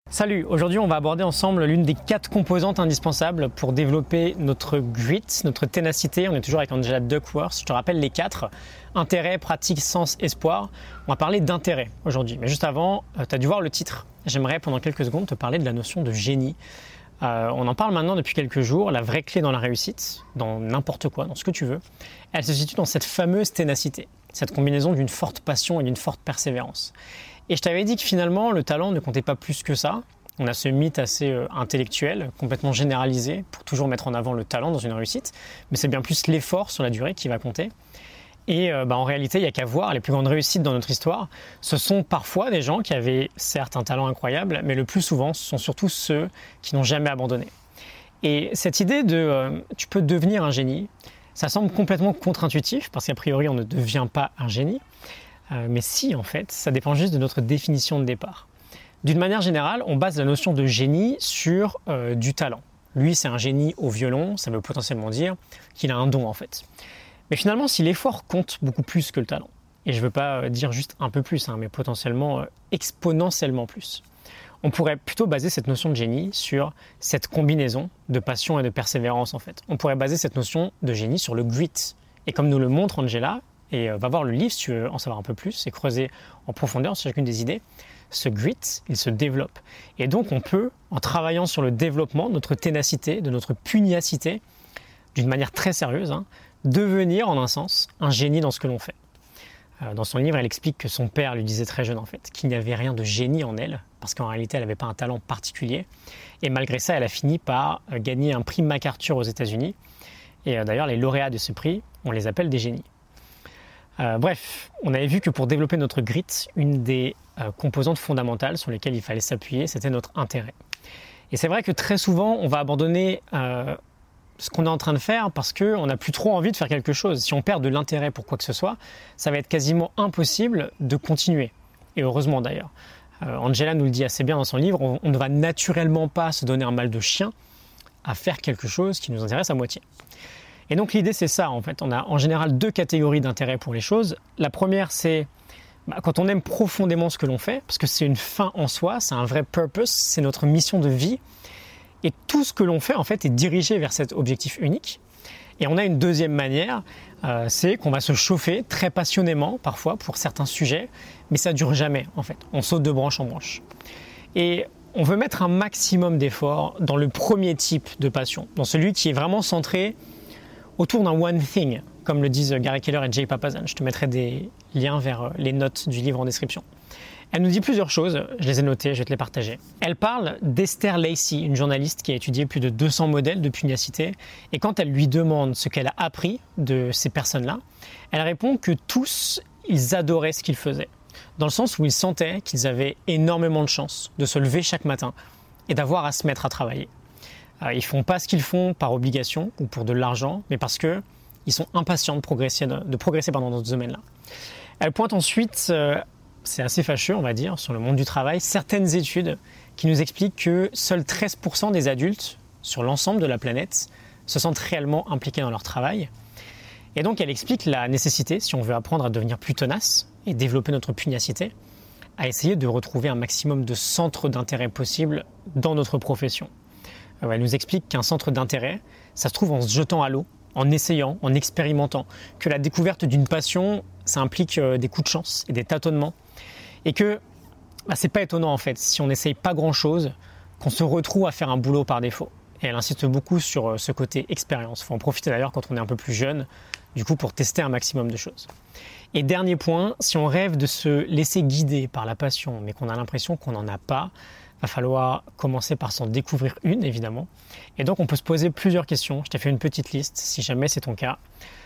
Salut, aujourd'hui on va aborder ensemble l'une des 4 composantes indispensables pour développer notre grit, notre ténacité. On est toujours avec Angela Duckworth, je te rappelle les 4, intérêt, pratique, sens, espoir. On va parler d'intérêt aujourd'hui, mais juste avant, tu as dû voir le titre. J'aimerais pendant quelques secondes te parler de la notion de génie. On en parle maintenant depuis quelques jours, la vraie clé dans la réussite, dans n'importe quoi, dans ce que tu veux, elle se situe dans cette fameuse ténacité, cette combinaison d'une forte passion et d'une forte persévérance. Et je t'avais dit que finalement, le talent ne comptait pas plus que ça. On a ce mythe assez intellectuel, complètement généralisé, pour toujours mettre en avant le talent dans une réussite. Mais c'est bien plus l'effort sur la durée qui va compter. Et en réalité, il n'y a qu'à voir, les plus grandes réussites dans notre histoire, ce sont parfois des gens qui avaient certes un talent incroyable, mais le plus souvent, ce sont surtout ceux qui n'ont jamais abandonné. Et cette idée de tu peux devenir un génie, ça semble complètement contre-intuitif, parce qu'a priori, on ne devient pas un génie. Mais si, en fait, ça dépend juste de notre définition de départ. D'une manière générale, on base la notion de génie sur du talent. Lui, c'est un génie au violon, ça veut potentiellement dire qu'il a un don, en fait. Mais finalement, si l'effort compte beaucoup plus que le talent, et je ne veux pas dire juste un peu plus, mais potentiellement exponentiellement plus, on pourrait plutôt baser cette notion de génie sur cette combinaison de passion et de persévérance, en fait. On pourrait baser cette notion de génie sur le grit. Et comme nous le montre Angela, et va voir le livre si tu veux en savoir un peu plus et creuser en profondeur sur chacune des idées, ce grit, il se développe. Et donc on peut, en travaillant sur le développement de notre ténacité, de notre pugnacité, d'une manière très sérieuse, devenir en un sens un génie dans ce que l'on fait. Dans son livre, elle explique que son père lui disait très jeune en fait, qu'il n'y avait rien de génie en elle, parce qu'en réalité elle n'avait pas un talent particulier. Et malgré ça, elle a fini par gagner un prix MacArthur aux États-Unis. Et d'ailleurs, les lauréats de ce prix, on les appelle des génies. Bref, on avait vu que pour développer notre grit, une des composantes fondamentales sur lesquelles il fallait s'appuyer, c'était notre intérêt. Et c'est vrai que très souvent, on va abandonner ce qu'on est en train de faire parce qu'on n'a plus trop envie de faire quelque chose. Si on perd de l'intérêt pour quoi que ce soit, ça va être quasiment impossible de continuer. Et heureusement d'ailleurs. Angela nous le dit assez bien dans son livre, on ne va naturellement pas se donner un mal de chien à faire quelque chose qui nous intéresse à moitié. Et donc l'idée c'est ça en fait, on a en général 2 catégories d'intérêt pour les choses. La première c'est quand on aime profondément ce que l'on fait, parce que c'est une fin en soi, c'est un vrai purpose, c'est notre mission de vie. Et tout ce que l'on fait en fait est dirigé vers cet objectif unique. Et on a une deuxième manière, c'est qu'on va se chauffer très passionnément parfois pour certains sujets, mais ça ne dure jamais en fait, on saute de branche en branche. Et on veut mettre un maximum d'efforts dans le premier type de passion, dans celui qui est vraiment centré autour d'un one thing, comme le disent Gary Keller et Jay Papasan. Je te mettrai des liens vers les notes du livre en description. Elle nous dit plusieurs choses, je les ai notées, je vais te les partager. Elle parle d'Esther Lacey, une journaliste qui a étudié plus de 200 modèles de pugnacité, et quand elle lui demande ce qu'elle a appris de ces personnes-là, elle répond que tous, ils adoraient ce qu'ils faisaient, dans le sens où ils sentaient qu'ils avaient énormément de chance de se lever chaque matin et d'avoir à se mettre à travailler. Ils ne font pas ce qu'ils font par obligation ou pour de l'argent, mais parce qu'ils sont impatients de progresser dans ce domaine-là. Elle pointe ensuite, c'est assez fâcheux on va dire, sur le monde du travail, certaines études qui nous expliquent que seuls 13% des adultes sur l'ensemble de la planète se sentent réellement impliqués dans leur travail. Et donc elle explique la nécessité, si on veut apprendre à devenir plus tenace et développer notre pugnacité, à essayer de retrouver un maximum de centres d'intérêt possibles dans notre profession. Elle nous explique qu'un centre d'intérêt, ça se trouve en se jetant à l'eau, en essayant, en expérimentant, que la découverte d'une passion, ça implique des coups de chance et des tâtonnements, et que c'est pas étonnant en fait, si on n'essaye pas grand-chose, qu'on se retrouve à faire un boulot par défaut. Et elle insiste beaucoup sur ce côté expérience. Il faut en profiter d'ailleurs quand on est un peu plus jeune, du coup pour tester un maximum de choses. Et dernier point, si on rêve de se laisser guider par la passion, mais qu'on a l'impression qu'on n'en a pas, il va falloir commencer par s'en découvrir une, évidemment. Et donc, on peut se poser plusieurs questions. Je t'ai fait une petite liste, si jamais c'est ton cas.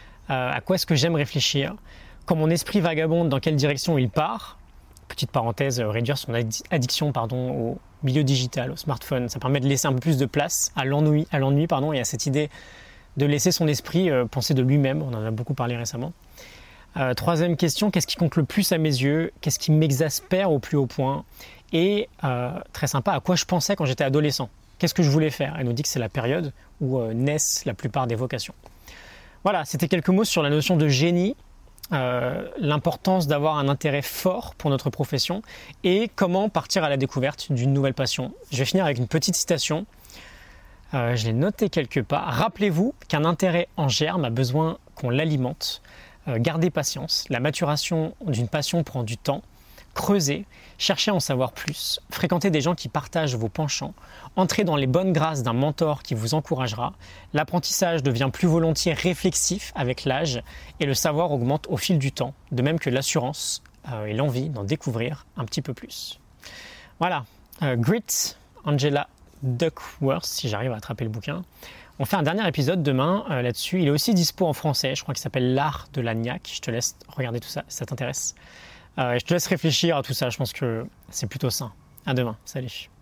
À quoi est-ce que j'aime réfléchir? Quand mon esprit vagabonde, dans quelle direction il part? Petite parenthèse, réduire son addiction au milieu digital, au smartphone. Ça permet de laisser un peu plus de place à l'ennui, et à cette idée de laisser son esprit penser de lui-même. On en a beaucoup parlé récemment. Troisième question, qu'est-ce qui compte le plus à mes yeux? Qu'est-ce qui m'exaspère au plus haut point? Et très sympa, à quoi je pensais quand j'étais adolescent? Qu'est-ce que je voulais faire? Elle nous dit que c'est la période où naissent la plupart des vocations. Voilà, c'était quelques mots sur la notion de génie. l'importance d'avoir un intérêt fort pour notre profession et comment partir à la découverte d'une nouvelle passion. Je vais finir avec une petite citation. Je l'ai noté quelque part. Rappelez-vous qu'un intérêt en germe a besoin qu'on l'alimente. Gardez patience. La maturation d'une passion prend du temps. Creusez, cherchez à en savoir plus, fréquentez des gens qui partagent vos penchants, entrez dans les bonnes grâces d'un mentor qui vous encouragera. L'apprentissage devient plus volontiers réflexif avec l'âge et le savoir augmente au fil du temps, de même que l'assurance et l'envie d'en découvrir un petit peu plus. Voilà, Grit, Angela Duckworth, si j'arrive à attraper le bouquin. On fait un dernier épisode demain là-dessus. Il est aussi dispo en français, je crois qu'il s'appelle L'art de la niaque. Je te laisse regarder tout ça si ça t'intéresse. Je te laisse réfléchir à tout ça, je pense que c'est plutôt sain. À demain, salut.